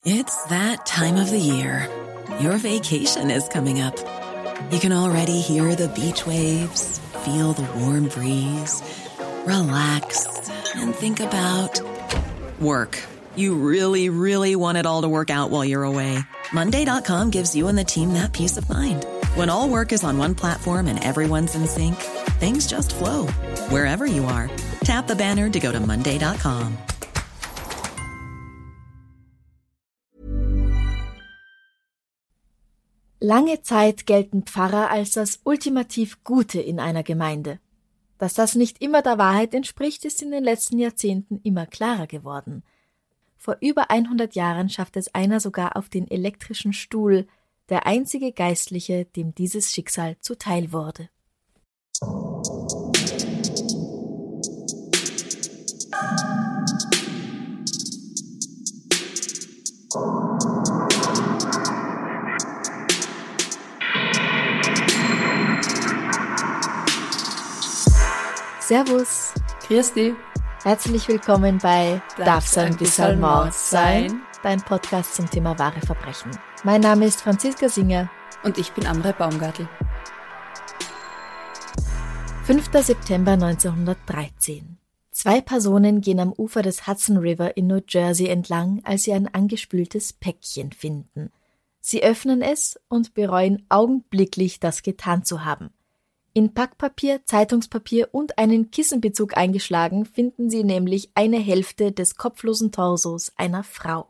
It's that time of the year. Your vacation is coming up. You can already hear the beach waves, feel the warm breeze, relax, and think about work. You really, really want it all to work out while you're away. Monday.com gives you and the team that peace of mind. When all work is on one platform and everyone's in sync, things just flow. Wherever you are, tap the banner to go to Monday.com. Lange Zeit gelten Pfarrer als das ultimativ Gute in einer Gemeinde. Dass das nicht immer der Wahrheit entspricht, ist in den letzten Jahrzehnten immer klarer geworden. Vor über 100 Jahren schafft es einer sogar auf den elektrischen Stuhl, der einzige Geistliche, dem dieses Schicksal zuteil wurde. Servus, Grüß dich. herzlich willkommen bei Darf's ein bisschen Mord sein? Dein Podcast zum Thema wahre Verbrechen. Mein Name ist Franziska Singer. Und ich bin Amrei Baumgartl. 5. September 1913. 2 Personen gehen am Ufer des Hudson River in New Jersey entlang, als sie ein angespültes Päckchen finden. Sie öffnen es und bereuen augenblicklich, das getan zu haben. In Packpapier, Zeitungspapier und einen Kissenbezug eingeschlagen finden sie nämlich eine Hälfte des kopflosen Torsos einer Frau.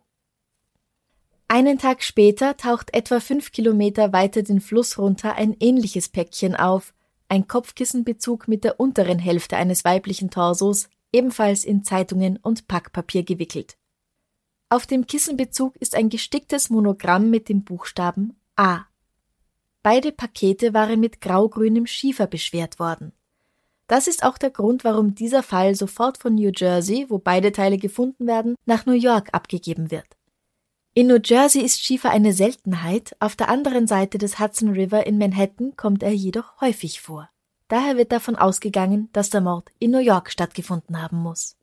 Einen Tag später taucht etwa 5 Kilometer weiter den Fluss runter ein ähnliches Päckchen auf, ein Kopfkissenbezug mit der unteren Hälfte eines weiblichen Torsos, ebenfalls in Zeitungen und Packpapier gewickelt. Auf dem Kissenbezug ist ein gesticktes Monogramm mit dem Buchstaben A. Beide Pakete waren mit graugrünem Schiefer beschwert worden. Das ist auch der Grund, warum dieser Fall sofort von New Jersey, wo beide Teile gefunden werden, nach New York abgegeben wird. In New Jersey ist Schiefer eine Seltenheit, auf der anderen Seite des Hudson River in Manhattan kommt er jedoch häufig vor. Daher wird davon ausgegangen, dass der Mord in New York stattgefunden haben muss.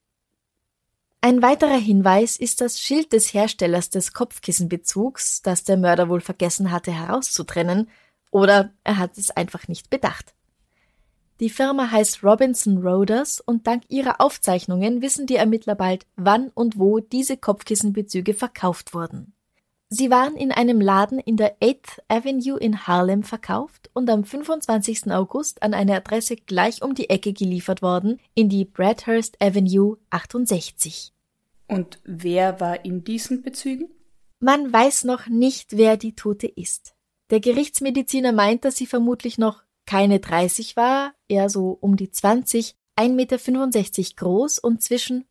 Ein weiterer Hinweis ist das Schild des Herstellers des Kopfkissenbezugs, das der Mörder wohl vergessen hatte herauszutrennen, oder er hat es einfach nicht bedacht. Die Firma heißt Robinson Roders und dank ihrer Aufzeichnungen wissen die Ermittler bald, wann und wo diese Kopfkissenbezüge verkauft wurden. Sie waren in einem Laden in der 8th Avenue in Harlem verkauft und am 25. August an eine Adresse gleich um die Ecke geliefert worden, in die Bradhurst Avenue 68. Und wer war in diesen Bezügen? Man weiß noch nicht, wer die Tote ist. Der Gerichtsmediziner meint, dass sie vermutlich noch keine 30 war, eher so um die 20, 1,65 Meter groß und zwischen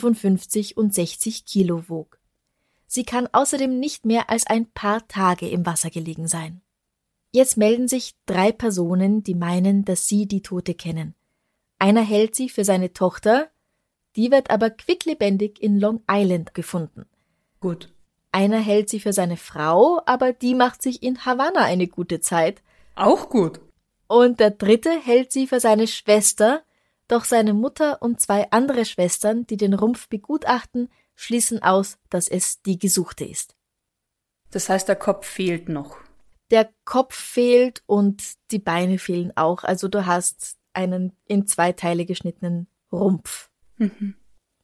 55 und 60 Kilo wog. Sie kann außerdem nicht mehr als ein paar Tage im Wasser gelegen sein. Jetzt melden sich 3 Personen, die meinen, dass sie die Tote kennen. Einer hält sie für seine Tochter, die wird aber quicklebendig in Long Island gefunden. Gut. Einer hält sie für seine Frau, aber die macht sich in Havanna eine gute Zeit. Auch gut. Und der dritte hält sie für seine Schwester, doch seine Mutter und 2 andere Schwestern, die den Rumpf begutachten, schließen aus, dass es die Gesuchte ist. Das heißt, der Kopf fehlt noch. Der Kopf fehlt und die Beine fehlen auch. Also du hast einen in 2 Teile geschnittenen Rumpf. Mhm.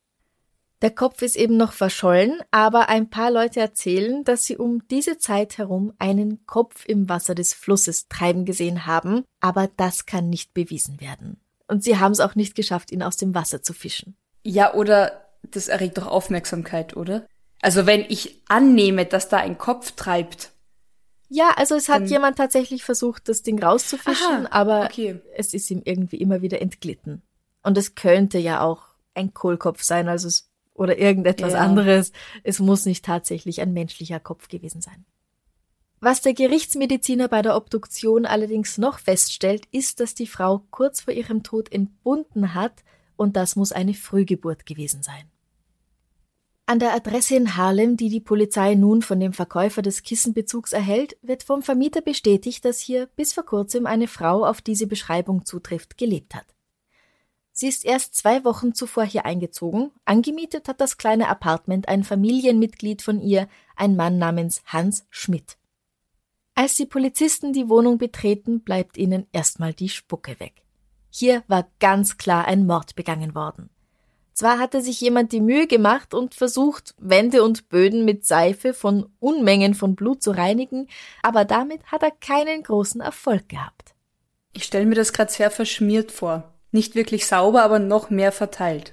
Der Kopf ist eben noch verschollen, aber ein paar Leute erzählen, dass sie um diese Zeit herum einen Kopf im Wasser des Flusses treiben gesehen haben, aber das kann nicht bewiesen werden. Und sie haben es auch nicht geschafft, ihn aus dem Wasser zu fischen. Ja, oder das erregt doch Aufmerksamkeit, oder? Also wenn ich annehme, dass da ein Kopf treibt. Ja, also es hat jemand tatsächlich versucht, das Ding rauszufischen, aber okay. Es ist ihm irgendwie immer wieder entglitten. Und es könnte ja auch ein Kohlkopf sein, oder irgendetwas anderes. Es muss nicht tatsächlich ein menschlicher Kopf gewesen sein. Was der Gerichtsmediziner bei der Obduktion allerdings noch feststellt, ist, dass die Frau kurz vor ihrem Tod entbunden hat und das muss eine Frühgeburt gewesen sein. An der Adresse in Harlem, die die Polizei nun von dem Verkäufer des Kissenbezugs erhält, wird vom Vermieter bestätigt, dass hier bis vor kurzem eine Frau auf diese Beschreibung zutrifft, gelebt hat. Sie ist erst 2 Wochen zuvor hier eingezogen. Angemietet hat das kleine Apartment ein Familienmitglied von ihr, ein Mann namens Hans Schmidt. Als die Polizisten die Wohnung betreten, bleibt ihnen erstmal die Spucke weg. Hier war ganz klar ein Mord begangen worden. Zwar hatte sich jemand die Mühe gemacht und versucht, Wände und Böden mit Seife von Unmengen von Blut zu reinigen, aber damit hat er keinen großen Erfolg gehabt. Ich stelle mir das gerade sehr verschmiert vor. Nicht wirklich sauber, aber noch mehr verteilt.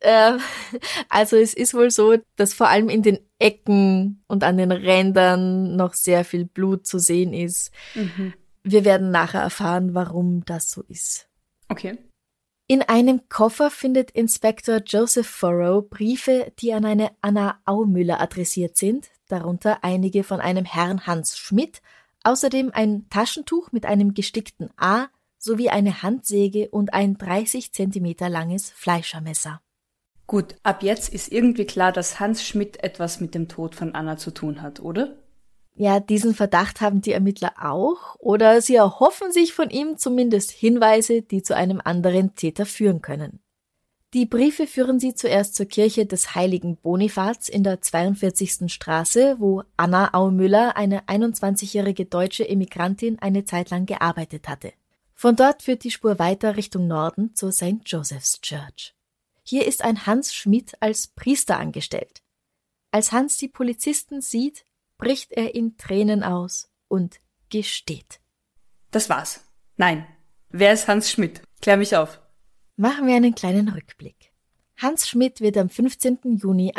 Also es ist wohl so, dass vor allem in den Ecken und an den Rändern noch sehr viel Blut zu sehen ist. Mhm. Wir werden nachher erfahren, warum das so ist. Okay. In einem Koffer findet Inspektor Joseph Furrow Briefe, die an eine Anna Aumüller adressiert sind, darunter einige von einem Herrn Hans Schmidt, außerdem ein Taschentuch mit einem gestickten A sowie eine Handsäge und ein 30 Zentimeter langes Fleischermesser. Gut, ab jetzt ist irgendwie klar, dass Hans Schmidt etwas mit dem Tod von Anna zu tun hat, oder? Ja, diesen Verdacht haben die Ermittler auch, oder sie erhoffen sich von ihm zumindest Hinweise, die zu einem anderen Täter führen können. Die Briefe führen sie zuerst zur Kirche des heiligen Bonifaz in der 42. Straße, wo Anna Aumüller, eine 21-jährige deutsche Emigrantin, eine Zeit lang gearbeitet hatte. Von dort führt die Spur weiter Richtung Norden zur St. Joseph's Church. Hier ist ein Hans Schmidt als Priester angestellt. Als Hans die Polizisten sieht, bricht er in Tränen aus und gesteht. Das war's. Nein. Wer ist Hans Schmidt? Klär mich auf. Machen wir einen kleinen Rückblick. Hans Schmidt wird am 15. Juni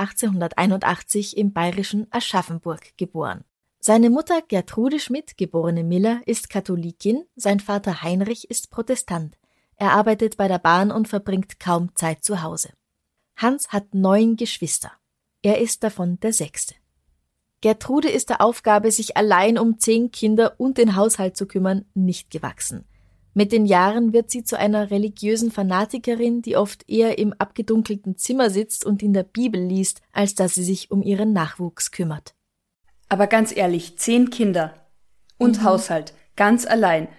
1881 im bayerischen Aschaffenburg geboren. Seine Mutter Gertrude Schmidt, geborene Miller, ist Katholikin, sein Vater Heinrich ist Protestant. Er arbeitet bei der Bahn und verbringt kaum Zeit zu Hause. Hans hat 9 Geschwister. Er ist davon der 6. Gertrude ist der Aufgabe, sich allein um 10 Kinder und den Haushalt zu kümmern, nicht gewachsen. Mit den Jahren wird sie zu einer religiösen Fanatikerin, die oft eher im abgedunkelten Zimmer sitzt und in der Bibel liest, als dass sie sich um ihren Nachwuchs kümmert. Aber ganz ehrlich, 10 Kinder und Haushalt, ganz allein.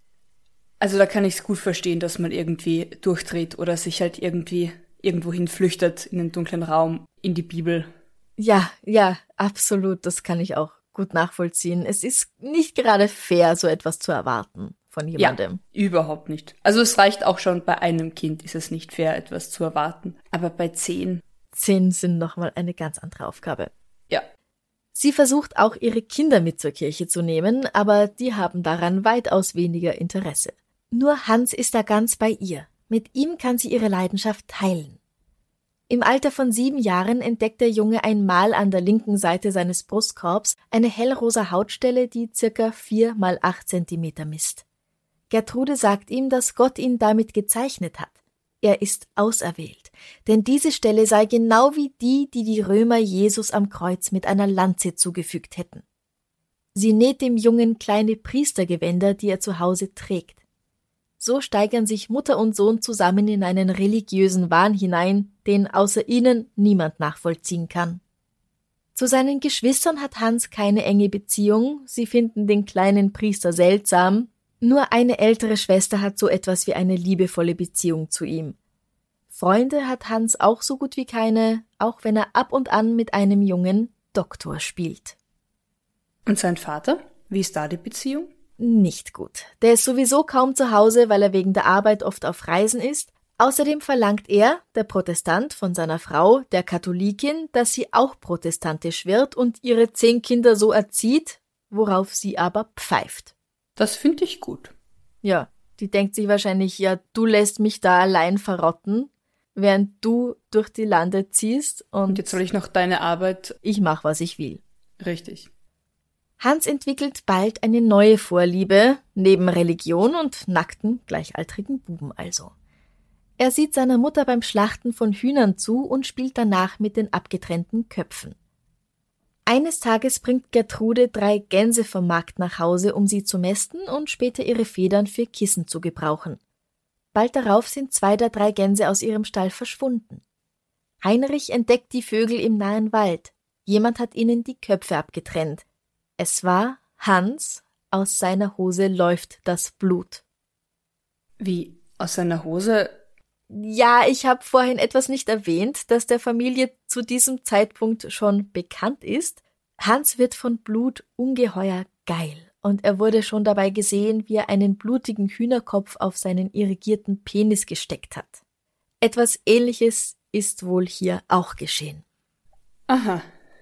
Also da kann ich es gut verstehen, dass man irgendwie durchdreht oder sich halt irgendwie irgendwohin flüchtet in den dunklen Raum, in die Bibel. Ja, absolut, das kann ich auch gut nachvollziehen. Es ist nicht gerade fair, so etwas zu erwarten von jemandem. Ja, überhaupt nicht. Also es reicht auch schon, bei einem Kind ist es nicht fair, etwas zu erwarten. Aber bei 10? 10 sind nochmal eine ganz andere Aufgabe. Ja. Sie versucht auch, ihre Kinder mit zur Kirche zu nehmen, aber die haben daran weitaus weniger Interesse. Nur Hans ist da ganz bei ihr. Mit ihm kann sie ihre Leidenschaft teilen. Im Alter von 7 Jahren entdeckt der Junge einmal an der linken Seite seines Brustkorbs eine hellrosa Hautstelle, die ca. 4 mal 8 Zentimeter misst. Gertrude sagt ihm, dass Gott ihn damit gezeichnet hat. Er ist auserwählt, denn diese Stelle sei genau wie die, die die Römer Jesus am Kreuz mit einer Lanze zugefügt hätten. Sie näht dem Jungen kleine Priestergewänder, die er zu Hause trägt. So steigern sich Mutter und Sohn zusammen in einen religiösen Wahn hinein, den außer ihnen niemand nachvollziehen kann. Zu seinen Geschwistern hat Hans keine enge Beziehung, sie finden den kleinen Priester seltsam, nur eine ältere Schwester hat so etwas wie eine liebevolle Beziehung zu ihm. Freunde hat Hans auch so gut wie keine, auch wenn er ab und an mit einem jungen Doktor spielt. Und sein Vater? Wie ist da die Beziehung? Nicht gut. Der ist sowieso kaum zu Hause, weil er wegen der Arbeit oft auf Reisen ist. Außerdem verlangt er, der Protestant, von seiner Frau, der Katholikin, dass sie auch protestantisch wird und ihre 10 Kinder so erzieht, worauf sie aber pfeift. Das finde ich gut. Ja, die denkt sich wahrscheinlich, ja, du lässt mich da allein verrotten, während du durch die Lande ziehst und jetzt soll ich noch deine Arbeit... Ich mach, was ich will. Richtig. Hans entwickelt bald eine neue Vorliebe, neben Religion und nackten, gleichaltrigen Buben also. Er sieht seiner Mutter beim Schlachten von Hühnern zu und spielt danach mit den abgetrennten Köpfen. Eines Tages bringt Gertrude 3 Gänse vom Markt nach Hause, um sie zu mästen und später ihre Federn für Kissen zu gebrauchen. Bald darauf sind 2 der 3 Gänse aus ihrem Stall verschwunden. Heinrich entdeckt die Vögel im nahen Wald. Jemand hat ihnen die Köpfe abgetrennt. Es war Hans, aus seiner Hose läuft das Blut. Wie, aus seiner Hose? Ja, ich habe vorhin etwas nicht erwähnt, das der Familie zu diesem Zeitpunkt schon bekannt ist. Hans wird von Blut ungeheuer geil und er wurde schon dabei gesehen, wie er einen blutigen Hühnerkopf auf seinen irrigierten Penis gesteckt hat. Etwas Ähnliches ist wohl hier auch geschehen. Aha.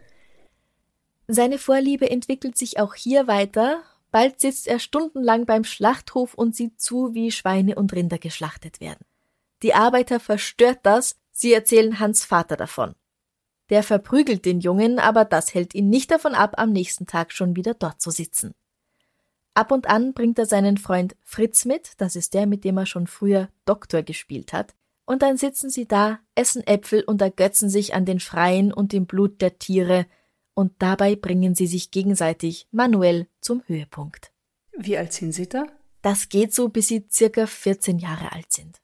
Seine Vorliebe entwickelt sich auch hier weiter. Bald sitzt er stundenlang beim Schlachthof und sieht zu, wie Schweine und Rinder geschlachtet werden. Die Arbeiter verstört das, sie erzählen Hans Vater davon. Der verprügelt den Jungen, aber das hält ihn nicht davon ab, am nächsten Tag schon wieder dort zu sitzen. Ab und an bringt er seinen Freund Fritz mit, das ist der, mit dem er schon früher Doktor gespielt hat, und dann sitzen sie da, essen Äpfel und ergötzen sich an den Freien und dem Blut der Tiere, und dabei bringen sie sich gegenseitig manuell zum Höhepunkt. Wie alt sind sie da? Das geht so, bis sie circa 14 Jahre alt sind.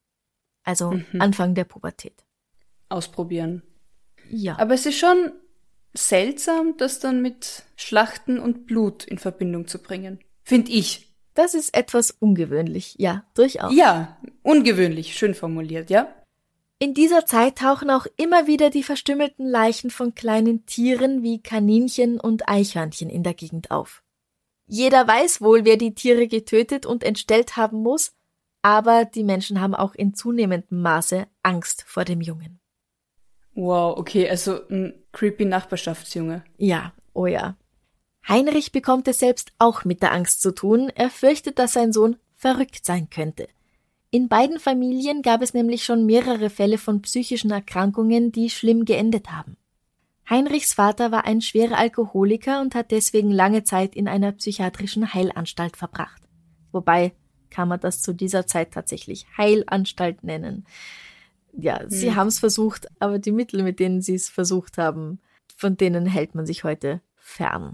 Also Anfang der Pubertät. Ausprobieren. Ja. Aber es ist schon seltsam, das dann mit Schlachten und Blut in Verbindung zu bringen. Finde ich. Das ist etwas ungewöhnlich, ja, durchaus. Ja, ungewöhnlich, schön formuliert, ja? In dieser Zeit tauchen auch immer wieder die verstümmelten Leichen von kleinen Tieren wie Kaninchen und Eichhörnchen in der Gegend auf. Jeder weiß wohl, wer die Tiere getötet und entstellt haben muss, aber die Menschen haben auch in zunehmendem Maße Angst vor dem Jungen. Wow, okay, also ein creepy Nachbarschaftsjunge. Ja, oh ja. Heinrich bekommt es selbst auch mit der Angst zu tun. Er fürchtet, dass sein Sohn verrückt sein könnte. In beiden Familien gab es nämlich schon mehrere Fälle von psychischen Erkrankungen, die schlimm geendet haben. Heinrichs Vater war ein schwerer Alkoholiker und hat deswegen lange Zeit in einer psychiatrischen Heilanstalt verbracht. Wobei kann man das zu dieser Zeit tatsächlich Heilanstalt nennen. Ja, sie haben es versucht, aber die Mittel, mit denen sie es versucht haben, von denen hält man sich heute fern.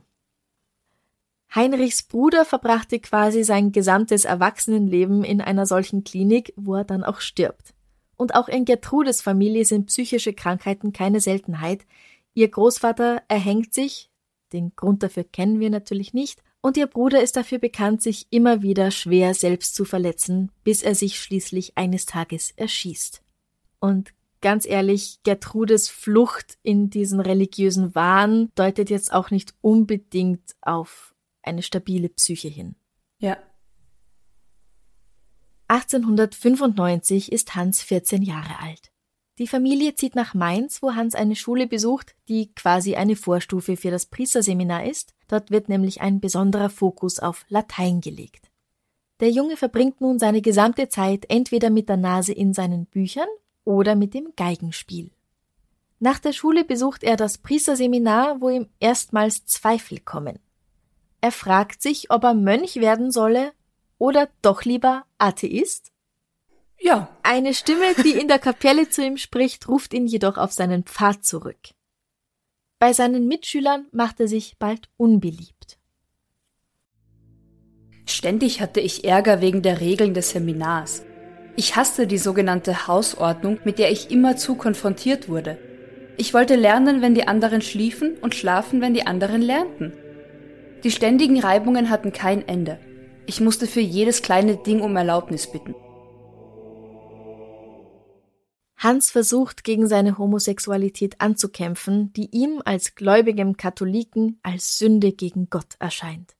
Heinrichs Bruder verbrachte quasi sein gesamtes Erwachsenenleben in einer solchen Klinik, wo er dann auch stirbt. Und auch in Gertrudes Familie sind psychische Krankheiten keine Seltenheit. Ihr Großvater erhängt sich, den Grund dafür kennen wir natürlich nicht, und ihr Bruder ist dafür bekannt, sich immer wieder schwer selbst zu verletzen, bis er sich schließlich eines Tages erschießt. Und ganz ehrlich, Gertrudes Flucht in diesen religiösen Wahn deutet jetzt auch nicht unbedingt auf eine stabile Psyche hin. Ja. 1895 ist Hans 14 Jahre alt. Die Familie zieht nach Mainz, wo Hans eine Schule besucht, die quasi eine Vorstufe für das Priesterseminar ist. Dort wird nämlich ein besonderer Fokus auf Latein gelegt. Der Junge verbringt nun seine gesamte Zeit entweder mit der Nase in seinen Büchern oder mit dem Geigenspiel. Nach der Schule besucht er das Priesterseminar, wo ihm erstmals Zweifel kommen. Er fragt sich, ob er Mönch werden solle oder doch lieber Atheist. Ja. Eine Stimme, die in der Kapelle zu ihm spricht, ruft ihn jedoch auf seinen Pfad zurück. Bei seinen Mitschülern macht er sich bald unbeliebt. Ständig hatte ich Ärger wegen der Regeln des Seminars. Ich hasste die sogenannte Hausordnung, mit der ich immerzu konfrontiert wurde. Ich wollte lernen, wenn die anderen schliefen, und schlafen, wenn die anderen lernten. Die ständigen Reibungen hatten kein Ende. Ich musste für jedes kleine Ding um Erlaubnis bitten. Hans versucht, gegen seine Homosexualität anzukämpfen, die ihm als gläubigem Katholiken als Sünde gegen Gott erscheint.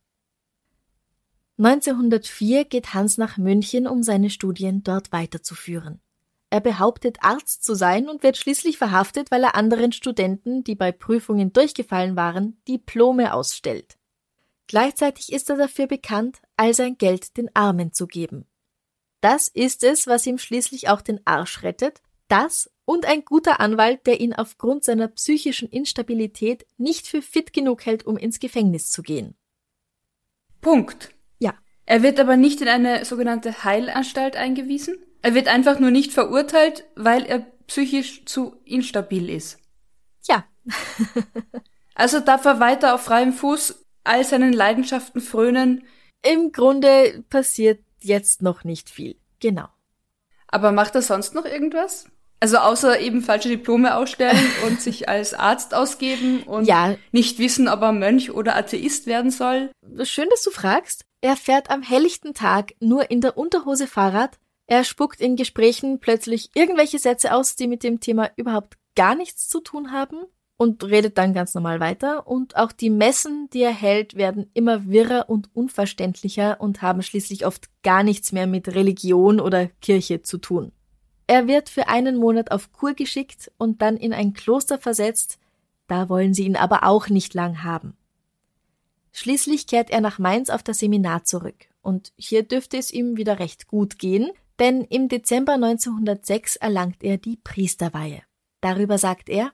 1904 geht Hans nach München, um seine Studien dort weiterzuführen. Er behauptet, Arzt zu sein und wird schließlich verhaftet, weil er anderen Studenten, die bei Prüfungen durchgefallen waren, Diplome ausstellt. Gleichzeitig ist er dafür bekannt, all sein Geld den Armen zu geben. Das ist es, was ihm schließlich auch den Arsch rettet. Das und ein guter Anwalt, der ihn aufgrund seiner psychischen Instabilität nicht für fit genug hält, um ins Gefängnis zu gehen. Punkt. Ja. Er wird aber nicht in eine sogenannte Heilanstalt eingewiesen. Er wird einfach nur nicht verurteilt, weil er psychisch zu instabil ist. Ja. Also darf er weiter auf freiem Fuß all seinen Leidenschaften frönen. Im Grunde passiert jetzt noch nicht viel. Genau. Aber macht er sonst noch irgendwas? Also außer eben falsche Diplome ausstellen und sich als Arzt ausgeben und nicht wissen, ob er Mönch oder Atheist werden soll? Schön, dass du fragst. Er fährt am helllichten Tag nur in der Unterhose Fahrrad, Er spuckt in Gesprächen plötzlich irgendwelche Sätze aus, die mit dem Thema überhaupt gar nichts zu tun haben und redet dann ganz normal weiter. Und auch die Messen, die er hält, werden immer wirrer und unverständlicher und haben schließlich oft gar nichts mehr mit Religion oder Kirche zu tun. Er wird für einen Monat auf Kur geschickt und dann in ein Kloster versetzt, da wollen sie ihn aber auch nicht lang haben. Schließlich kehrt er nach Mainz auf das Seminar zurück und hier dürfte es ihm wieder recht gut gehen, denn im Dezember 1906 erlangt er die Priesterweihe. Darüber sagt er: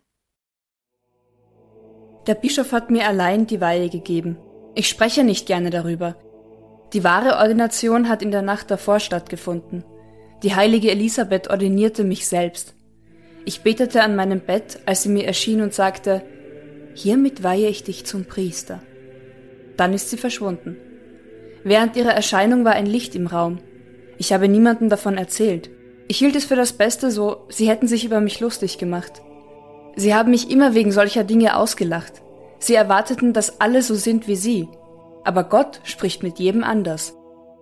Der Bischof hat mir allein die Weihe gegeben. Ich spreche nicht gerne darüber. Die wahre Ordination hat in der Nacht davor stattgefunden. Die heilige Elisabeth ordinierte mich selbst. Ich betete an meinem Bett, als sie mir erschien und sagte: Hiermit weihe ich dich zum Priester. Dann ist sie verschwunden. Während ihrer Erscheinung war ein Licht im Raum. Ich habe niemandem davon erzählt. Ich hielt es für das Beste so, sie hätten sich über mich lustig gemacht. Sie haben mich immer wegen solcher Dinge ausgelacht. Sie erwarteten, dass alle so sind wie sie. Aber Gott spricht mit jedem anders.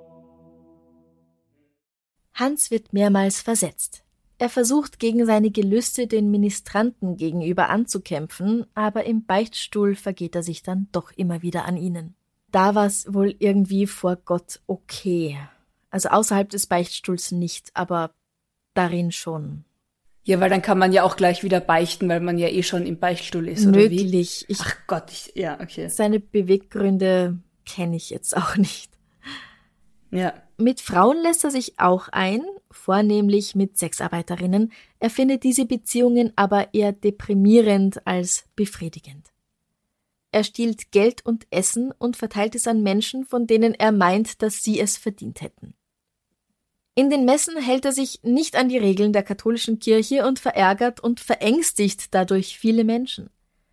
Hans wird mehrmals versetzt. Er versucht gegen seine Gelüste den Ministranten gegenüber anzukämpfen, aber im Beichtstuhl vergeht er sich dann doch immer wieder an ihnen. Da war's wohl irgendwie vor Gott okay. Also außerhalb des Beichtstuhls nicht, aber darin schon. Ja, weil dann kann man ja auch gleich wieder beichten, weil man ja eh schon im Beichtstuhl ist, oder wie? Möglich. Ach Gott, ja, okay. Seine Beweggründe kenne ich jetzt auch nicht. Ja. Mit Frauen lässt er sich auch ein, vornehmlich mit Sexarbeiterinnen. Er findet diese Beziehungen aber eher deprimierend als befriedigend. Er stiehlt Geld und Essen und verteilt es an Menschen, von denen er meint, dass sie es verdient hätten. In den Messen hält er sich nicht an die Regeln der katholischen Kirche und verärgert und verängstigt dadurch viele Menschen.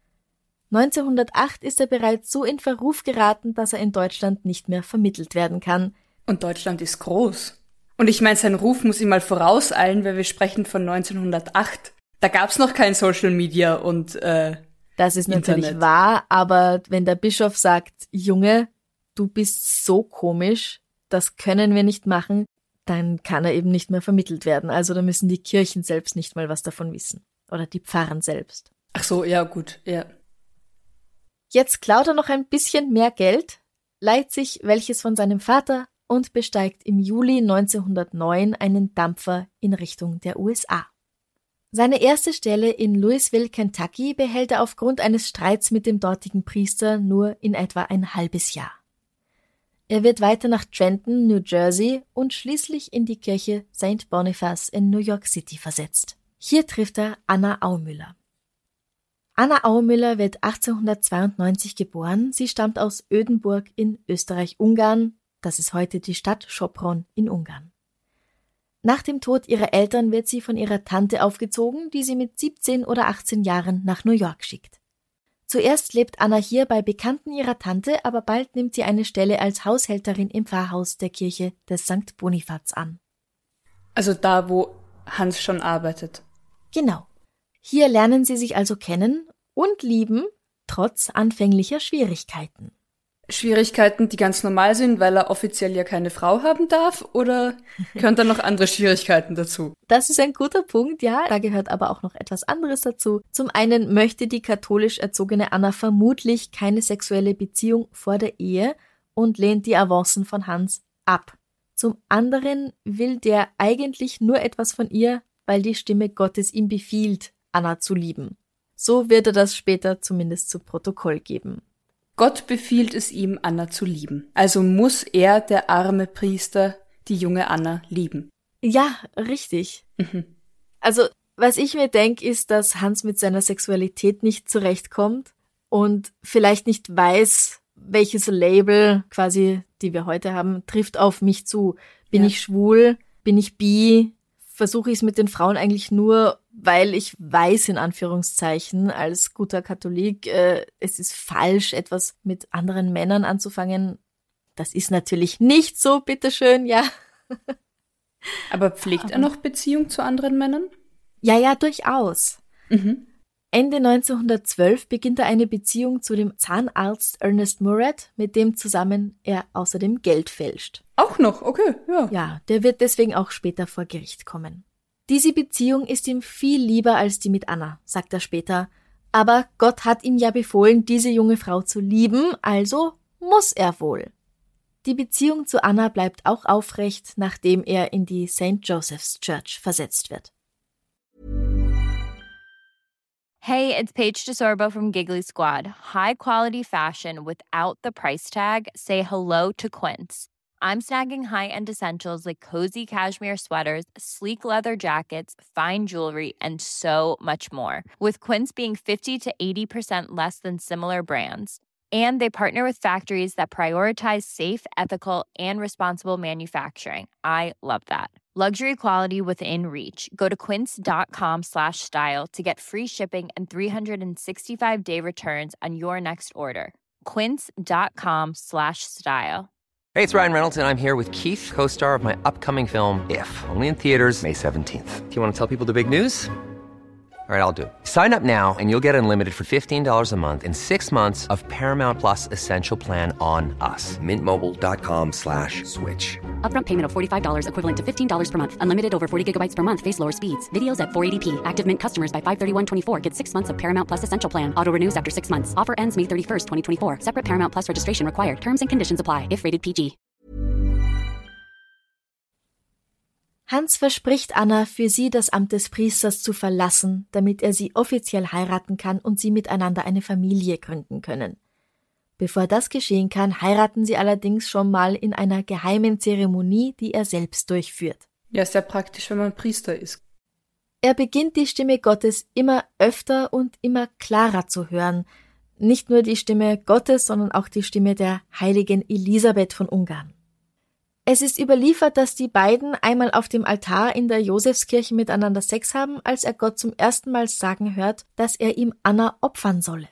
1908 ist er bereits so in Verruf geraten, dass er in Deutschland nicht mehr vermittelt werden kann. Und Deutschland ist groß. Und ich meine, sein Ruf muss ihm mal vorauseilen, weil wir sprechen von 1908. Da gab's noch kein Social Media und das ist Internet. natürlich wahr, aber wenn der Bischof sagt, Junge, du bist so komisch, das können wir nicht machen, dann kann er eben nicht mehr vermittelt werden. Also da müssen die Kirchen selbst nicht mal was davon wissen. Oder die Pfarren selbst. Ach so, ja gut, ja. Jetzt klaut er noch ein bisschen mehr Geld, leiht sich welches von seinem Vater und besteigt im Juli 1909 einen Dampfer in Richtung der USA. Seine erste Stelle in Louisville, Kentucky, behält er aufgrund eines Streits mit dem dortigen Priester nur in etwa ein halbes Jahr. Er wird weiter nach Trenton, New Jersey und schließlich in die Kirche St. Boniface in New York City versetzt. Hier trifft er Anna Aumüller. Anna Aumüller wird 1892 geboren. Sie stammt aus Ödenburg in Österreich-Ungarn. Das ist heute die Stadt Sopron in Ungarn. Nach dem Tod ihrer Eltern wird sie von ihrer Tante aufgezogen, die sie mit 17 oder 18 Jahren nach New York schickt. Zuerst lebt Anna hier bei Bekannten ihrer Tante, aber bald nimmt sie eine Stelle als Haushälterin im Pfarrhaus der Kirche des St. Bonifaz an. Also da, wo Hans schon arbeitet. Genau. Hier lernen sie sich also kennen und lieben, trotz anfänglicher Schwierigkeiten. Schwierigkeiten, die ganz normal sind, weil er offiziell ja keine Frau haben darf, oder gehören da noch andere Schwierigkeiten dazu? Das ist ein guter Punkt, ja. Da gehört aber auch noch etwas anderes dazu. Zum einen möchte die katholisch erzogene Anna vermutlich keine sexuelle Beziehung vor der Ehe und lehnt die Avancen von Hans ab. Zum anderen will der eigentlich nur etwas von ihr, weil die Stimme Gottes ihm befiehlt, Anna zu lieben. So wird er das später zumindest zu Protokoll geben. Gott befiehlt es ihm, Anna zu lieben. Also muss er, der arme Priester, die junge Anna lieben. Ja, richtig. Also, was ich mir denke, ist, dass Hans mit seiner Sexualität nicht zurechtkommt und vielleicht nicht weiß, welches Label quasi, die wir heute haben, trifft auf mich zu. Bin ich schwul? Bin ich bi? Versuche ich es mit den Frauen eigentlich nur, weil ich weiß, in Anführungszeichen, als guter Katholik, es ist falsch, etwas mit anderen Männern anzufangen. Das ist natürlich nicht so, bitteschön, ja. Aber pflegt er noch Beziehung zu anderen Männern? Ja, durchaus. Ende 1912 beginnt er eine Beziehung zu dem Zahnarzt Ernest Murrett, mit dem zusammen er außerdem Geld fälscht. Auch noch, okay, ja. Ja, der wird deswegen auch später vor Gericht kommen. Diese Beziehung ist ihm viel lieber als die mit Anna, sagt er später. Aber Gott hat ihm ja befohlen, diese junge Frau zu lieben, also muss er wohl. Die Beziehung zu Anna bleibt auch aufrecht, nachdem er in die St. Joseph's Church versetzt wird. Hey, it's Paige DeSorbo from Giggly Squad. High quality fashion without the price tag. Say hello to Quince. I'm snagging high-end essentials like cozy cashmere sweaters, sleek leather jackets, fine jewelry, and so much more. With Quince being 50 to 80% less than similar brands. And they partner with factories that prioritize safe, ethical, and responsible manufacturing. I love that. Luxury quality within reach. Go to quince.com/style to get free shipping and 365-day returns on your next order. Quince.com/style. Hey, it's Ryan Reynolds, and I'm here with Keith, co-star of my upcoming film, If, only in theaters May 17th. Do you want to tell people the big news? All right, I'll do it. Sign up now and you'll get unlimited for $15 a month and 6 months of Paramount Plus Essential Plan on us. MintMobile.com/switch. Upfront payment of $45 equivalent to $15 per month. Unlimited over 40 gigabytes per month. Face lower speeds. Videos at 480p. Active Mint customers by 531.24 get 6 months of Paramount Plus Essential Plan. Auto renews after 6 months. Offer ends May 31st, 2024. Separate Paramount Plus registration required. Terms and conditions apply if rated PG. Hans verspricht Anna, für sie das Amt des Priesters zu verlassen, damit er sie offiziell heiraten kann und sie miteinander eine Familie gründen können. Bevor das geschehen kann, heiraten sie allerdings schon mal in einer geheimen Zeremonie, die er selbst durchführt. Ja, ist ja praktisch, wenn man Priester ist. Er beginnt die Stimme Gottes immer öfter und immer klarer zu hören. Nicht nur die Stimme Gottes, sondern auch die Stimme der heiligen Elisabeth von Ungarn. Es ist überliefert, dass die beiden einmal auf dem Altar in der Josefskirche miteinander Sex haben, als er Gott zum ersten Mal sagen hört, dass er ihm Anna opfern solle.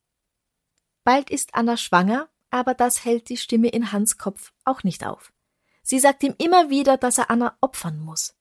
Bald ist Anna schwanger, aber das hält die Stimme in Hans' Kopf auch nicht auf. Sie sagt ihm immer wieder, dass er Anna opfern muss.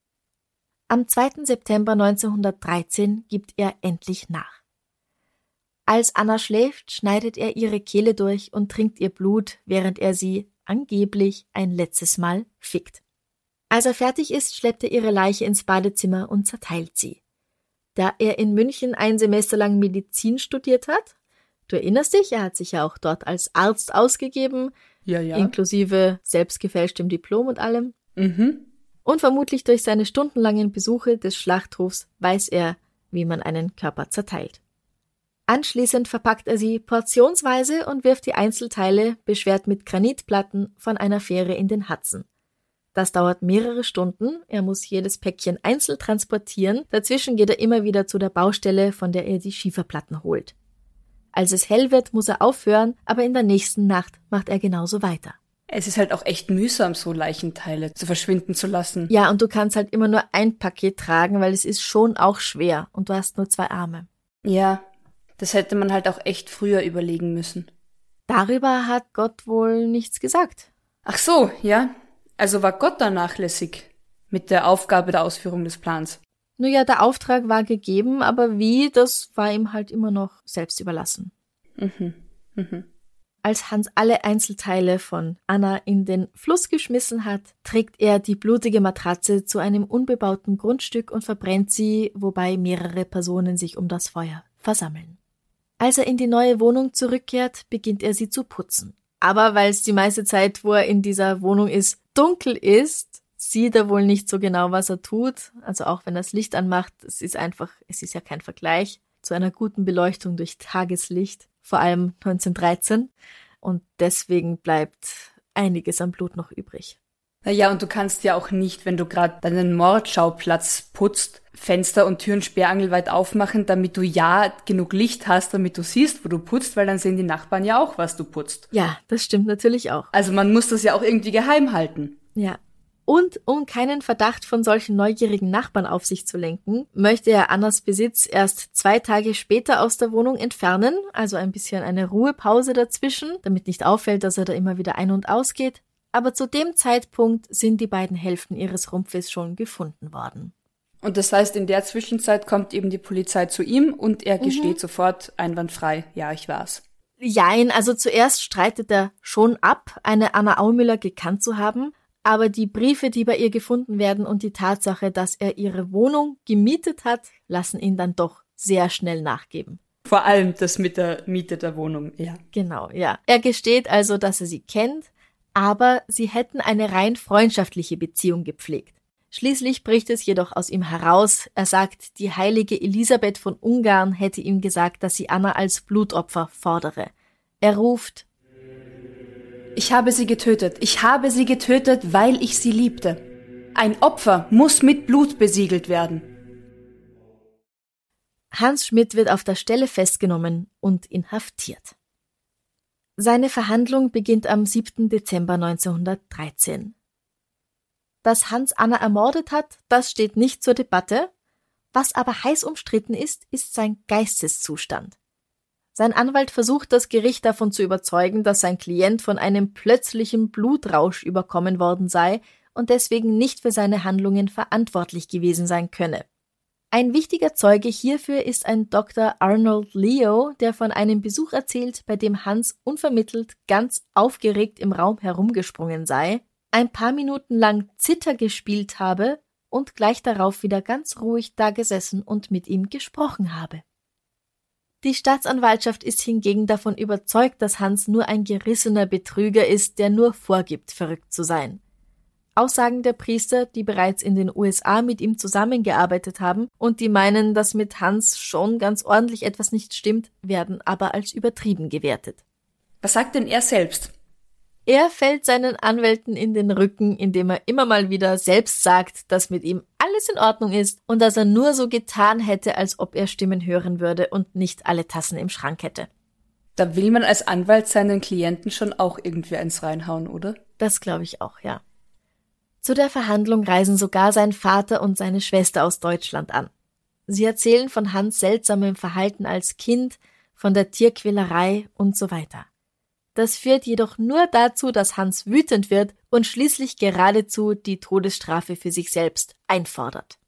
Am 2. September 1913 gibt er endlich nach. Als Anna schläft, schneidet er ihre Kehle durch und trinkt ihr Blut, während er sie angeblich ein letztes Mal fickt. Als er fertig ist, schleppt er ihre Leiche ins Badezimmer und zerteilt sie. Da er in München ein Semester lang Medizin studiert hat, du erinnerst dich, er hat sich ja auch dort als Arzt ausgegeben, Ja. inklusive selbstgefälschtem Diplom und allem. Mhm. Und vermutlich durch seine stundenlangen Besuche des Schlachthofs weiß er, wie man einen Körper zerteilt. Anschließend verpackt er sie portionsweise und wirft die Einzelteile, beschwert mit Granitplatten, von einer Fähre in den Hudson. Das dauert mehrere Stunden, er muss jedes Päckchen einzeln transportieren, dazwischen geht er immer wieder zu der Baustelle, von der er die Schieferplatten holt. Als es hell wird, muss er aufhören, aber in der nächsten Nacht macht er genauso weiter. Es ist halt auch echt mühsam, so Leichenteile zu verschwinden zu lassen. Ja, und du kannst halt immer nur ein Paket tragen, weil es ist schon auch schwer und du hast nur 2 Arme. Ja, das hätte man halt auch echt früher überlegen müssen. Darüber hat Gott wohl nichts gesagt. Ach so, ja. Also war Gott da nachlässig mit der Aufgabe der Ausführung des Plans. Nun ja, der Auftrag war gegeben, aber wie, das war ihm halt immer noch selbst überlassen. Als Hans alle Einzelteile von Anna in den Fluss geschmissen hat, trägt er die blutige Matratze zu einem unbebauten Grundstück und verbrennt sie, wobei mehrere Personen sich um das Feuer versammeln. Als er in die neue Wohnung zurückkehrt, beginnt er sie zu putzen. Aber weil es die meiste Zeit, wo er in dieser Wohnung ist, dunkel ist, sieht er wohl nicht so genau, was er tut. Also auch wenn er das Licht anmacht, es ist ja kein Vergleich zu einer guten Beleuchtung durch Tageslicht, vor allem 1913. Und deswegen bleibt einiges an Blut noch übrig. Naja, und du kannst ja auch nicht, wenn du gerade deinen Mordschauplatz putzt, Fenster und Türen sperrangelweit aufmachen, damit du ja genug Licht hast, damit du siehst, wo du putzt, weil dann sehen die Nachbarn ja auch, was du putzt. Ja, das stimmt natürlich auch. Also man muss das ja auch irgendwie geheim halten. Ja. Und um keinen Verdacht von solchen neugierigen Nachbarn auf sich zu lenken, möchte er Annas Besitz erst 2 Tage später aus der Wohnung entfernen, also ein bisschen eine Ruhepause dazwischen, damit nicht auffällt, dass er da immer wieder ein- und ausgeht. Aber zu dem Zeitpunkt sind die beiden Hälften ihres Rumpfes schon gefunden worden. Und das heißt, in der Zwischenzeit kommt eben die Polizei zu ihm und er gesteht sofort einwandfrei, ja, ich war's. Jein, also zuerst streitet er schon ab, eine Anna Aumüller gekannt zu haben, aber die Briefe, die bei ihr gefunden werden und die Tatsache, dass er ihre Wohnung gemietet hat, lassen ihn dann doch sehr schnell nachgeben. Vor allem das mit der Miete der Wohnung, ja. Genau, ja. Er gesteht also, dass er sie kennt, aber sie hätten eine rein freundschaftliche Beziehung gepflegt. Schließlich bricht es jedoch aus ihm heraus. Er sagt, die heilige Elisabeth von Ungarn hätte ihm gesagt, dass sie Anna als Blutopfer fordere. Er ruft: Ich habe sie getötet, weil ich sie liebte. Ein Opfer muss mit Blut besiegelt werden. Hans Schmidt wird auf der Stelle festgenommen und inhaftiert. Seine Verhandlung beginnt am 7. Dezember 1913. Dass Hans Anna ermordet hat, das steht nicht zur Debatte. Was aber heiß umstritten ist, ist sein Geisteszustand. Sein Anwalt versucht, das Gericht davon zu überzeugen, dass sein Klient von einem plötzlichen Blutrausch überkommen worden sei und deswegen nicht für seine Handlungen verantwortlich gewesen sein könne. Ein wichtiger Zeuge hierfür ist ein Dr. Arnold Leo, der von einem Besuch erzählt, bei dem Hans unvermittelt ganz aufgeregt im Raum herumgesprungen sei, ein paar Minuten lang Zither gespielt habe und gleich darauf wieder ganz ruhig dagesessen und mit ihm gesprochen habe. Die Staatsanwaltschaft ist hingegen davon überzeugt, dass Hans nur ein gerissener Betrüger ist, der nur vorgibt, verrückt zu sein. Aussagen der Priester, die bereits in den USA mit ihm zusammengearbeitet haben und die meinen, dass mit Hans schon ganz ordentlich etwas nicht stimmt, werden aber als übertrieben gewertet. Was sagt denn er selbst? Er fällt seinen Anwälten in den Rücken, indem er immer mal wieder selbst sagt, dass mit ihm alles in Ordnung ist und dass er nur so getan hätte, als ob er Stimmen hören würde und nicht alle Tassen im Schrank hätte. Da will man als Anwalt seinen Klienten schon auch irgendwie eins reinhauen, oder? Das glaube ich auch, ja. Zu der Verhandlung reisen sogar sein Vater und seine Schwester aus Deutschland an. Sie erzählen von Hans' seltsamem Verhalten als Kind, von der Tierquälerei und so weiter. Das führt jedoch nur dazu, dass Hans wütend wird und schließlich geradezu die Todesstrafe für sich selbst einfordert.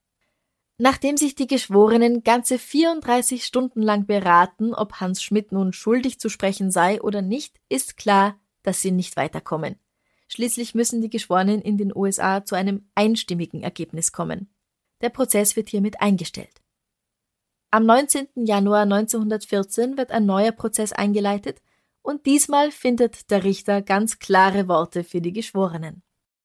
Nachdem sich die Geschworenen ganze 34 Stunden lang beraten, ob Hans Schmidt nun schuldig zu sprechen sei oder nicht, ist klar, dass sie nicht weiterkommen. Schließlich müssen die Geschworenen in den USA zu einem einstimmigen Ergebnis kommen. Der Prozess wird hiermit eingestellt. Am 19. Januar 1914 wird ein neuer Prozess eingeleitet und diesmal findet der Richter ganz klare Worte für die Geschworenen.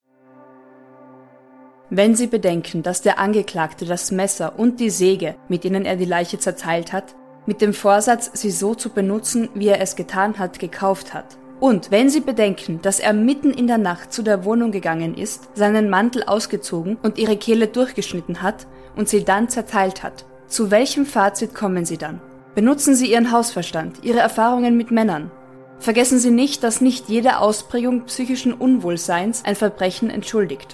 Wenn Sie bedenken, dass der Angeklagte das Messer und die Säge, mit denen er die Leiche zerteilt hat, mit dem Vorsatz, sie so zu benutzen, wie er es getan hat, gekauft hat. Und wenn Sie bedenken, dass er mitten in der Nacht zu der Wohnung gegangen ist, seinen Mantel ausgezogen und ihre Kehle durchgeschnitten hat und sie dann zerteilt hat, zu welchem Fazit kommen Sie dann? Benutzen Sie Ihren Hausverstand, Ihre Erfahrungen mit Männern. Vergessen Sie nicht, dass nicht jede Ausprägung psychischen Unwohlseins ein Verbrechen entschuldigt.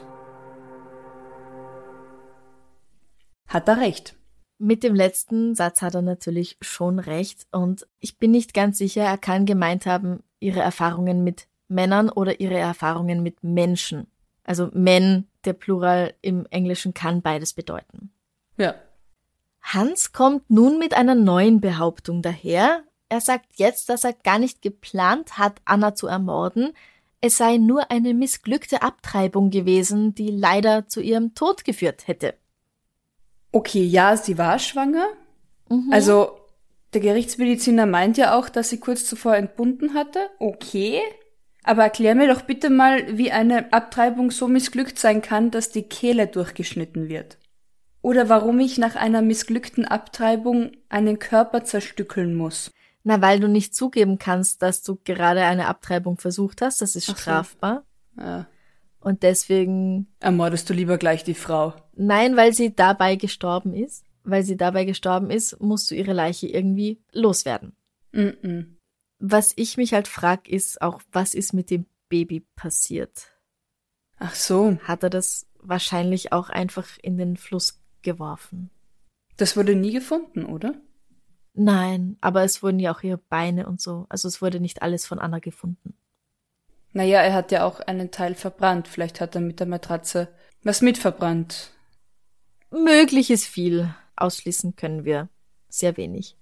Hat er recht? Mit dem letzten Satz hat er natürlich schon recht und ich bin nicht ganz sicher, er kann gemeint haben, ihre Erfahrungen mit Männern oder ihre Erfahrungen mit Menschen. Also Men, der Plural im Englischen kann beides bedeuten. Ja. Hans kommt nun mit einer neuen Behauptung daher. Er sagt jetzt, dass er gar nicht geplant hat, Anna zu ermorden. Es sei nur eine missglückte Abtreibung gewesen, die leider zu ihrem Tod geführt hätte. Okay, ja, sie war schwanger. Also, der Gerichtsmediziner meint ja auch, dass sie kurz zuvor entbunden hatte. Okay. Aber erklär mir doch bitte mal, wie eine Abtreibung so missglückt sein kann, dass die Kehle durchgeschnitten wird. Oder warum ich nach einer missglückten Abtreibung einen Körper zerstückeln muss. Na, weil du nicht zugeben kannst, dass du gerade eine Abtreibung versucht hast. Das ist strafbar. Ja. Und deswegen... Ermordest du lieber gleich die Frau? Nein, weil sie dabei gestorben ist. Weil sie dabei gestorben ist, musst du ihre Leiche irgendwie loswerden. Was ich mich halt frag, ist auch, was ist mit dem Baby passiert? Ach so. Hat er das wahrscheinlich auch einfach in den Fluss geworfen? Das wurde nie gefunden, oder? Nein, aber es wurden ja auch ihre Beine und so. Also es wurde nicht alles von Anna gefunden. Naja, er hat ja auch einen Teil verbrannt. Vielleicht hat er mit der Matratze was mitverbrannt. möglich ist viel. Ausschließen können wir sehr wenig.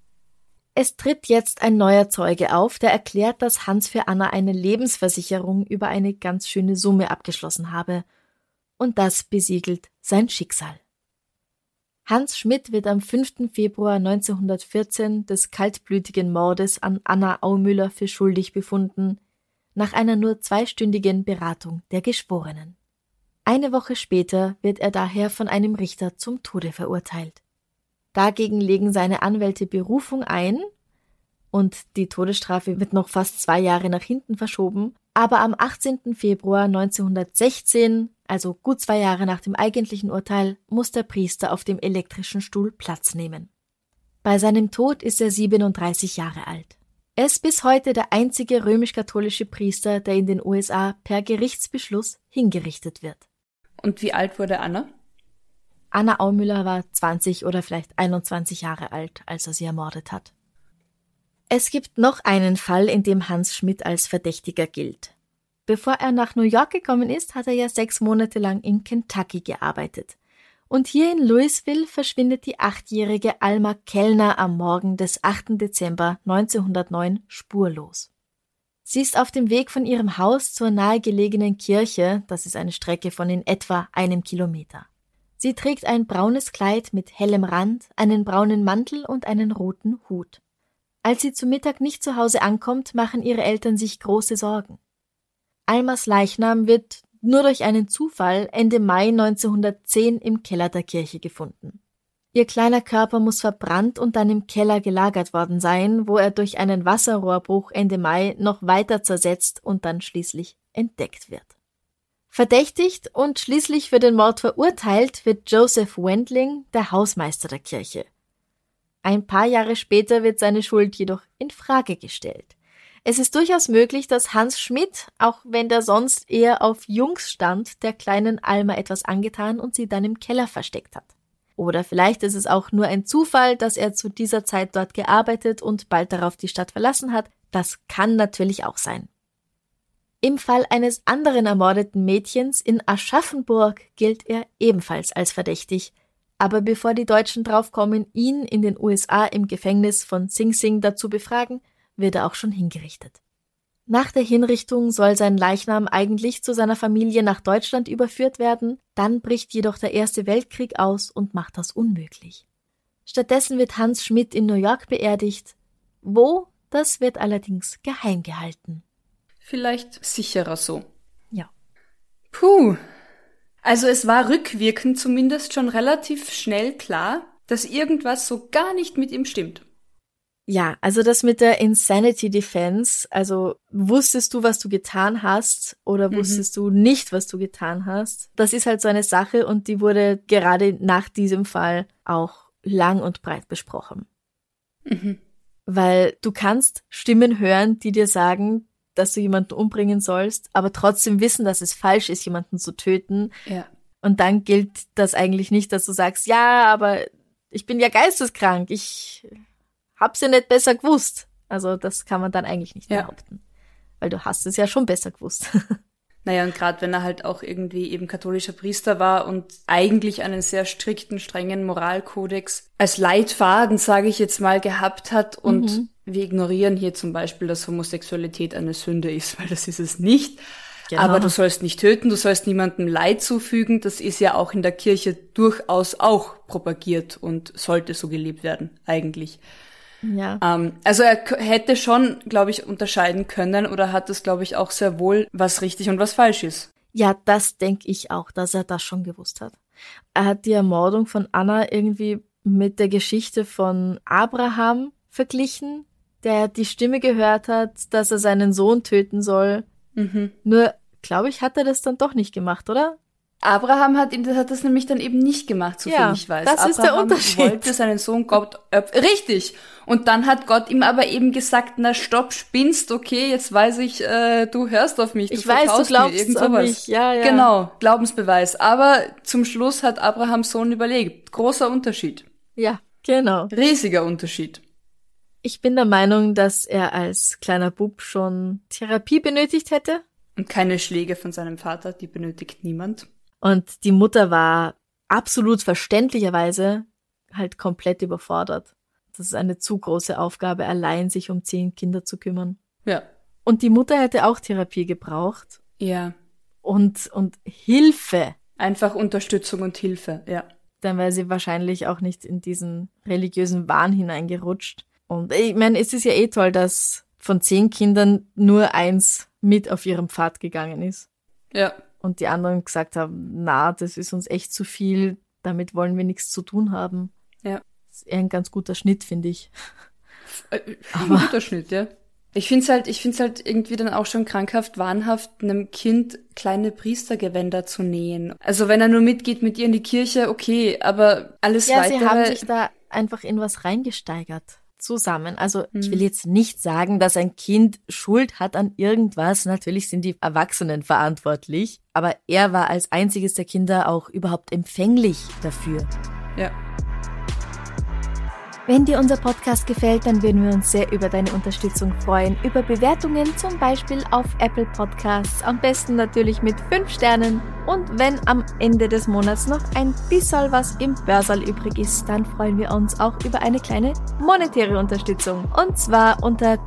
Es tritt jetzt ein neuer Zeuge auf, der erklärt, dass Hans für Anna eine Lebensversicherung über eine ganz schöne Summe abgeschlossen habe. Und das besiegelt sein Schicksal. Hans Schmidt wird am 5. Februar 1914 des kaltblütigen Mordes an Anna Aumüller für schuldig befunden, nach einer nur 2-stündigen Beratung der Geschworenen. Eine Woche später wird er daher von einem Richter zum Tode verurteilt. Dagegen legen seine Anwälte Berufung ein und die Todesstrafe wird noch fast 2 Jahre nach hinten verschoben, aber am 18. Februar 1916, also gut 2 Jahre nach dem eigentlichen Urteil, muss der Priester auf dem elektrischen Stuhl Platz nehmen. Bei seinem Tod ist er 37 Jahre alt. Er ist bis heute der einzige römisch-katholische Priester, der in den USA per Gerichtsbeschluss hingerichtet wird. Und wie alt wurde Anna? Anna Aumüller war 20 oder vielleicht 21 Jahre alt, als er sie ermordet hat. Es gibt noch einen Fall, in dem Hans Schmidt als Verdächtiger gilt. Bevor er nach New York gekommen ist, hat er ja 6 Monate lang in Kentucky gearbeitet. Und hier in Louisville verschwindet die 8-jährige Alma Kellner am Morgen des 8. Dezember 1909 spurlos. Sie ist auf dem Weg von ihrem Haus zur nahegelegenen Kirche, das ist eine Strecke von in etwa 1 Kilometer. Sie trägt ein braunes Kleid mit hellem Rand, einen braunen Mantel und einen roten Hut. Als sie zu Mittag nicht zu Hause ankommt, machen ihre Eltern sich große Sorgen. Almas Leichnam wird nur durch einen Zufall Ende Mai 1910 im Keller der Kirche gefunden. Ihr kleiner Körper muss verbrannt und dann im Keller gelagert worden sein, wo er durch einen Wasserrohrbruch Ende Mai noch weiter zersetzt und dann schließlich entdeckt wird. Verdächtigt und schließlich für den Mord verurteilt wird Joseph Wendling, der Hausmeister der Kirche. Ein paar Jahre später wird seine Schuld jedoch in Frage gestellt. Es ist durchaus möglich, dass Hans Schmidt, auch wenn der sonst eher auf Jungs stand, der kleinen Alma etwas angetan und sie dann im Keller versteckt hat. Oder vielleicht ist es auch nur ein Zufall, dass er zu dieser Zeit dort gearbeitet und bald darauf die Stadt verlassen hat. Das kann natürlich auch sein. Im Fall eines anderen ermordeten Mädchens in Aschaffenburg gilt er ebenfalls als verdächtig. Aber bevor die Deutschen draufkommen, ihn in den USA im Gefängnis von Sing Sing dazu befragen, wird er auch schon hingerichtet. Nach der Hinrichtung soll sein Leichnam eigentlich zu seiner Familie nach Deutschland überführt werden, dann bricht jedoch der Erste Weltkrieg aus und macht das unmöglich. Stattdessen wird Hans Schmidt in New York beerdigt. Wo? Das wird allerdings geheim gehalten. Vielleicht sicherer so. Ja. Puh. Also es war rückwirkend zumindest schon relativ schnell klar, dass irgendwas so gar nicht mit ihm stimmt. Ja, also das mit der Insanity Defense, also wusstest du, was du getan hast oder wusstest du nicht, was du getan hast? Das ist halt so eine Sache und die wurde gerade nach diesem Fall auch lang und breit besprochen. Weil du kannst Stimmen hören, die dir sagen, dass du jemanden umbringen sollst, aber trotzdem wissen, dass es falsch ist, jemanden zu töten. Ja. Und dann gilt das eigentlich nicht, dass du sagst, ja, aber ich bin ja geisteskrank, ich hab's ja nicht besser gewusst. Also das kann man dann eigentlich nicht behaupten. Weil du hast es ja schon besser gewusst. Naja, und gerade wenn er halt auch irgendwie eben katholischer Priester war und eigentlich einen sehr strikten, strengen Moralkodex als Leitfaden, sage ich jetzt mal, gehabt hat und wir ignorieren hier zum Beispiel, dass Homosexualität eine Sünde ist, weil das ist es nicht. Genau. Aber du sollst nicht töten, du sollst niemandem Leid zufügen. Das ist ja auch in der Kirche durchaus auch propagiert und sollte so gelebt werden, eigentlich. Ja. Also er hätte schon, glaube ich, unterscheiden können oder hat es, glaube ich, auch sehr wohl, was richtig und was falsch ist. Ja, das denke ich auch, dass er das schon gewusst hat. Er hat die Ermordung von Anna irgendwie mit der Geschichte von Abraham verglichen, der die Stimme gehört hat, dass er seinen Sohn töten soll. Nur, glaube ich, hat er das dann doch nicht gemacht, oder? Abraham hat das nämlich dann eben nicht gemacht, so viel ich weiß. Das Abraham ist der Unterschied. Wollte seinen Sohn Gott richtig. Und dann hat Gott ihm aber eben gesagt, na stopp, spinnst, okay, jetzt weiß ich, du hörst auf mich, ich weiß, du glaubst an mich. Ja. Genau, Glaubensbeweis. Aber zum Schluss hat Abrahams Sohn überlebt. Großer Unterschied. Ja, genau. Riesiger Unterschied. Ich bin der Meinung, dass er als kleiner Bub schon Therapie benötigt hätte. Und keine Schläge von seinem Vater, die benötigt niemand. Und die Mutter war absolut verständlicherweise halt komplett überfordert. Das ist eine zu große Aufgabe, allein sich um 10 Kinder zu kümmern. Ja. Und die Mutter hätte auch Therapie gebraucht. Ja. Und Hilfe. Einfach Unterstützung und Hilfe, ja. Dann wäre sie wahrscheinlich auch nicht in diesen religiösen Wahn hineingerutscht. Und ich meine, es ist ja eh toll, dass von 10 Kindern nur 1 mit auf ihrem Pfad gegangen ist. Ja. Und die anderen gesagt haben, na, das ist uns echt zu viel, damit wollen wir nichts zu tun haben. Ja. Das ist eher ein ganz guter Schnitt, finde ich. Ein guter Schnitt, ja. Ich find's halt irgendwie dann auch schon krankhaft, wahnhaft, einem Kind kleine Priestergewänder zu nähen. Also wenn er nur mitgeht mit ihr in die Kirche, okay, aber alles weitere... Ja, sie haben sich da einfach in was reingesteigert. Zusammen. Also ich will jetzt nicht sagen, dass ein Kind Schuld hat an irgendwas. Natürlich sind die Erwachsenen verantwortlich. Aber er war als einziges der Kinder auch überhaupt empfänglich dafür. Ja. Wenn dir unser Podcast gefällt, dann würden wir uns sehr über deine Unterstützung freuen. Über Bewertungen, zum Beispiel auf Apple Podcasts. Am besten natürlich mit 5 Sternen. Und wenn am Ende des Monats noch ein bisschen was im Börsal übrig ist, dann freuen wir uns auch über eine kleine monetäre Unterstützung. Und zwar unter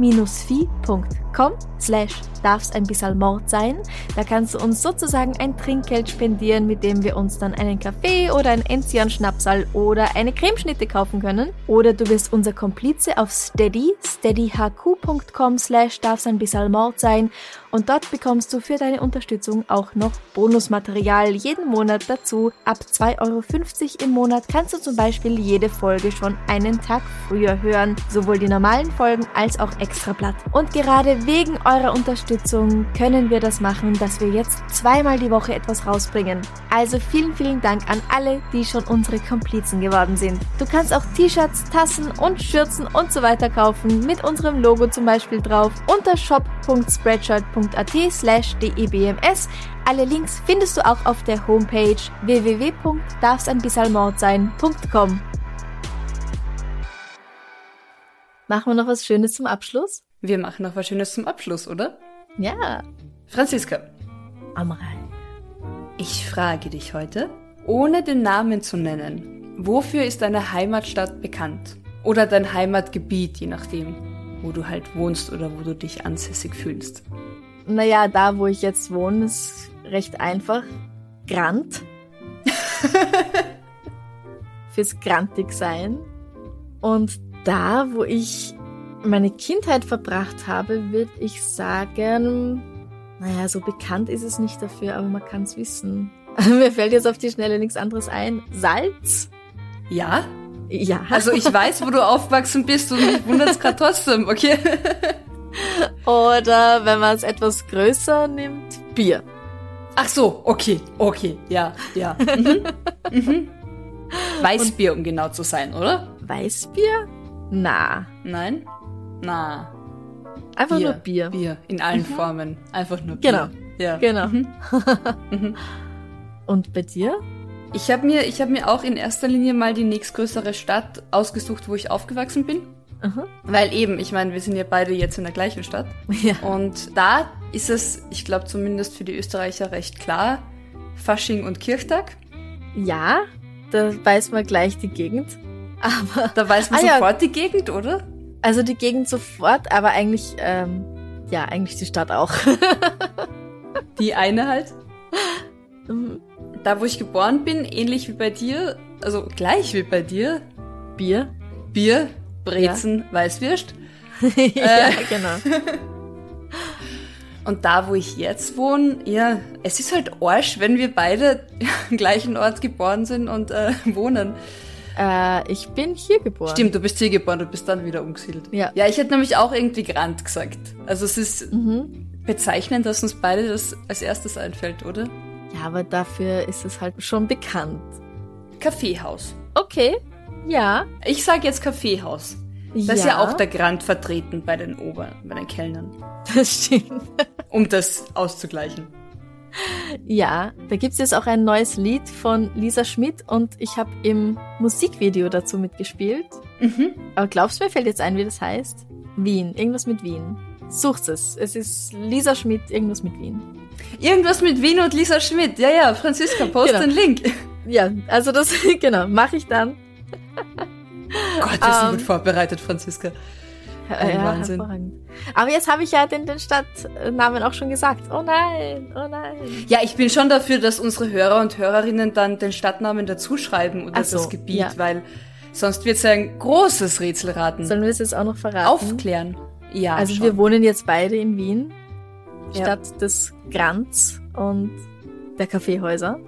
co-fi.com/darf's ein bisschen Mord sein. Da kannst du uns sozusagen ein Trinkgeld spendieren, mit dem wir uns dann einen Kaffee oder ein Enzian-Schnapsal oder eine Cremeschnitte kaufen können. Oder du wirst unser Komplize auf steadyhq.com/darf's ein bisschen Mord sein. Und dort bekommst du für deine Unterstützung auch noch Bonusmaterial jeden Monat dazu. Ab 2,50 € im Monat kannst du zum Beispiel jede Folge schon einen Tag früher hören. Sowohl die normalen Folgen als auch Extrablatt. Und gerade wegen eurer Unterstützung können wir das machen, dass wir jetzt 2-mal die Woche etwas rausbringen. Also vielen, vielen Dank an alle, die schon unsere Komplizen geworden sind. Du kannst auch T-Shirts, Tassen und Schürzen und so weiter kaufen, mit unserem Logo zum Beispiel drauf, unter shop.spreadshirt.at/debms. Alle Links findest du auch auf der Homepage www.darfseinbissalmord.com. Machen wir noch was Schönes zum Abschluss? Wir machen noch was Schönes zum Abschluss, oder? Ja. Franziska. Amrei. Ich frage dich heute, ohne den Namen zu nennen, wofür ist deine Heimatstadt bekannt? Oder dein Heimatgebiet, je nachdem, wo du halt wohnst oder wo du dich ansässig fühlst. Naja, da wo ich jetzt wohne, ist recht einfach. Grant. Fürs grantig sein. Und da, wo ich meine Kindheit verbracht habe, würde ich sagen, naja, so bekannt ist es nicht dafür, aber man kann es wissen. Mir fällt jetzt auf die Schnelle nichts anderes ein. Salz? Ja? Ja. Also ich weiß, wo du aufgewachsen bist und mich wundert's gerade trotzdem, okay? Oder wenn man es etwas größer nimmt, Bier. Ach so, okay, ja. Weißbier, um genau zu sein, oder? Weißbier? Na. Nein? Na. Einfach nur Bier. Bier, in allen Formen. Einfach nur Bier. Genau. Ja. Genau. Und bei dir? Ich hab mir auch in erster Linie mal die nächstgrößere Stadt ausgesucht, wo ich aufgewachsen bin. Weil eben, ich meine, wir sind ja beide jetzt in der gleichen Stadt. Ja. Und da ist es, ich glaube zumindest für die Österreicher recht klar, Fasching und Kirchtag. Ja, da weiß man gleich die Gegend. Aber da weiß man sofort die Gegend, oder? Also die Gegend sofort, aber eigentlich, eigentlich die Stadt auch. Die eine halt. Da, wo ich geboren bin, ähnlich wie bei dir, also gleich wie bei dir. Bier, Brezen, Weißwürst. Ja, genau. Und da, wo ich jetzt wohne, ja, es ist halt Arsch, wenn wir beide am gleichen Ort geboren sind und wohnen. Ich bin hier geboren. Stimmt, du bist hier geboren, du bist dann wieder umgesiedelt. Ja. Ja, ich hätte nämlich auch irgendwie Grant gesagt. Also es ist bezeichnend, dass uns beide das als erstes einfällt, oder? Ja, aber dafür ist es halt schon bekannt. Kaffeehaus. Okay, ja. Ich sage jetzt Kaffeehaus. Da ist ja auch der Grant vertreten bei den Kellnern. Das stimmt. Um das auszugleichen. Ja, da gibt's jetzt auch ein neues Lied von Lisa Schmidt und ich habe im Musikvideo dazu mitgespielt. Aber glaubst du, mir fällt jetzt ein, wie das heißt? Wien, irgendwas mit Wien. Sucht es. Es ist Lisa Schmidt, irgendwas mit Wien. Irgendwas mit Wien und Lisa Schmidt. Ja, Franziska, post den Link. Ja, also das, genau, mache ich dann. Gott, wir sind gut vorbereitet, Franziska. Ja, Wahnsinn. Hervorragend. Aber jetzt habe ich ja den Stadtnamen auch schon gesagt. Oh nein, oh nein. Ja, ich bin schon dafür, dass unsere Hörer und Hörerinnen dann den Stadtnamen dazuschreiben oder das Gebiet, ja. weil sonst wird es ja ein großes Rätselraten. Sollen wir es jetzt auch noch verraten? Aufklären. Ja, also schon. wir wohnen jetzt beide in Wien, Ja. statt des Granz und der Kaffeehäuser.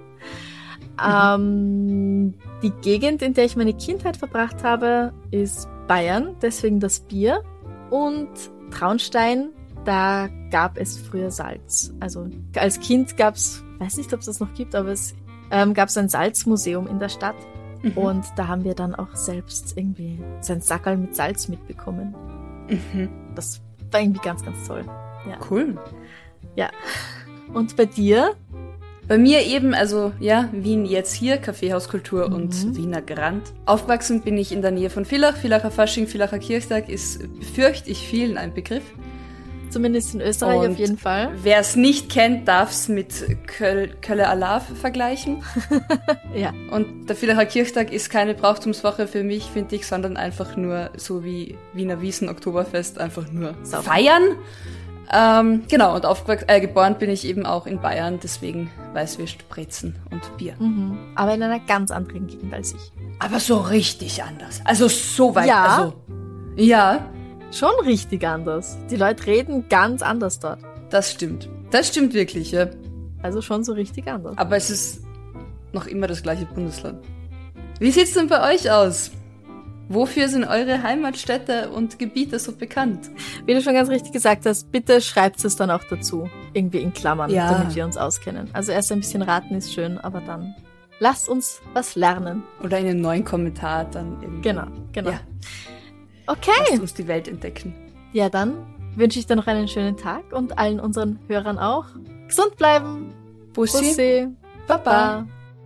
Die Gegend, in der ich meine Kindheit verbracht habe, ist Bayern, deswegen das Bier. Und Traunstein, da gab es früher Salz. Also als Kind gab's, weiß nicht, ob es das noch gibt, aber es gab ein Salzmuseum in der Stadt. Und da haben wir dann auch selbst irgendwie so ein Sackerl mit Salz mitbekommen. Das war irgendwie ganz, ganz toll. Ja. Cool. Ja. Und bei dir? Bei mir eben, also ja, Wien jetzt hier, Kaffeehauskultur und Wiener Grand. Aufgewachsen bin ich in der Nähe von Villach. Villacher Fasching, Villacher Kirchtag ist, fürchte ich, vielen ein Begriff. Zumindest in Österreich Und auf jeden Fall. Wer es nicht kennt, darf es mit Kölle Alav vergleichen. Ja. Und der Villacher Kirchtag ist keine Brauchtumswoche für mich, finde ich, sondern einfach nur so wie Wiener Wiesn, Oktoberfest, einfach nur Sauber. feiern. Genau, und geboren bin ich eben auch in Bayern, deswegen Weißwürst, Brezen und Bier. Aber in einer ganz anderen Gegend als ich. Aber so richtig anders. Also so weit. Ja. Also, ja, Schon richtig anders. Die Leute reden ganz anders dort. das stimmt. Das stimmt wirklich, ja. Also schon so richtig anders. Aber es ist noch immer das gleiche Bundesland. Wie sieht's denn bei euch aus? Wofür sind eure Heimatstädte und Gebiete so bekannt? Wie du schon ganz richtig gesagt hast, bitte schreibt es dann auch dazu. Irgendwie in Klammern, Ja. damit wir uns auskennen. Also erst ein bisschen raten ist schön, aber dann lasst uns was lernen. Oder in einem neuen Kommentar dann irgendwie. Genau. Ja, Okay. lasst uns die Welt entdecken. Ja, dann wünsche ich dir noch einen schönen Tag und allen unseren Hörern auch. Gesund bleiben. Bussi. Bussi. Baba.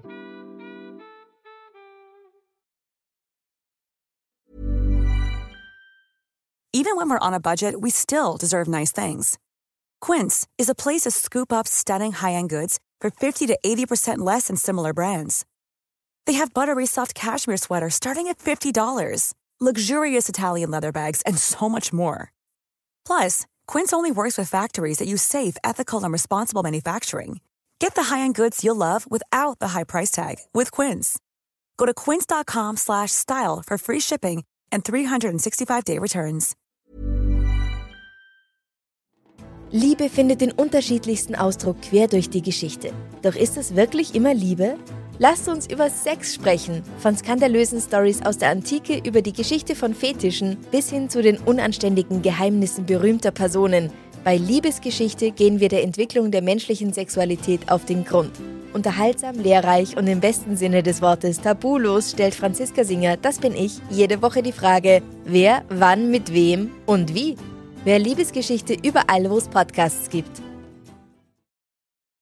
Even when we're on a budget, we still deserve nice things. Quince is a place to scoop up stunning high-end goods for 50 to 80% less than similar brands. They have buttery soft cashmere sweaters starting at $50, luxurious Italian leather bags, and so much more. Plus, Quince only works with factories that use safe, ethical, and responsible manufacturing. Get the high-end goods you'll love without the high price tag with Quince. Go to quince.com/style for free shipping and 365-day returns. Liebe findet den unterschiedlichsten Ausdruck quer durch die Geschichte. Doch ist es wirklich immer Liebe? Lasst uns über Sex sprechen. Von skandalösen Stories aus der Antike über die Geschichte von Fetischen bis hin zu den unanständigen Geheimnissen berühmter Personen. Bei Liebesgeschichte gehen wir der Entwicklung der menschlichen Sexualität auf den Grund. Unterhaltsam, lehrreich und im besten Sinne des Wortes tabulos stellt Franziska Singer, das bin ich, jede Woche die Frage, wer, wann, mit wem und wie. Wer Liebesgeschichte überall, wo es Podcasts gibt.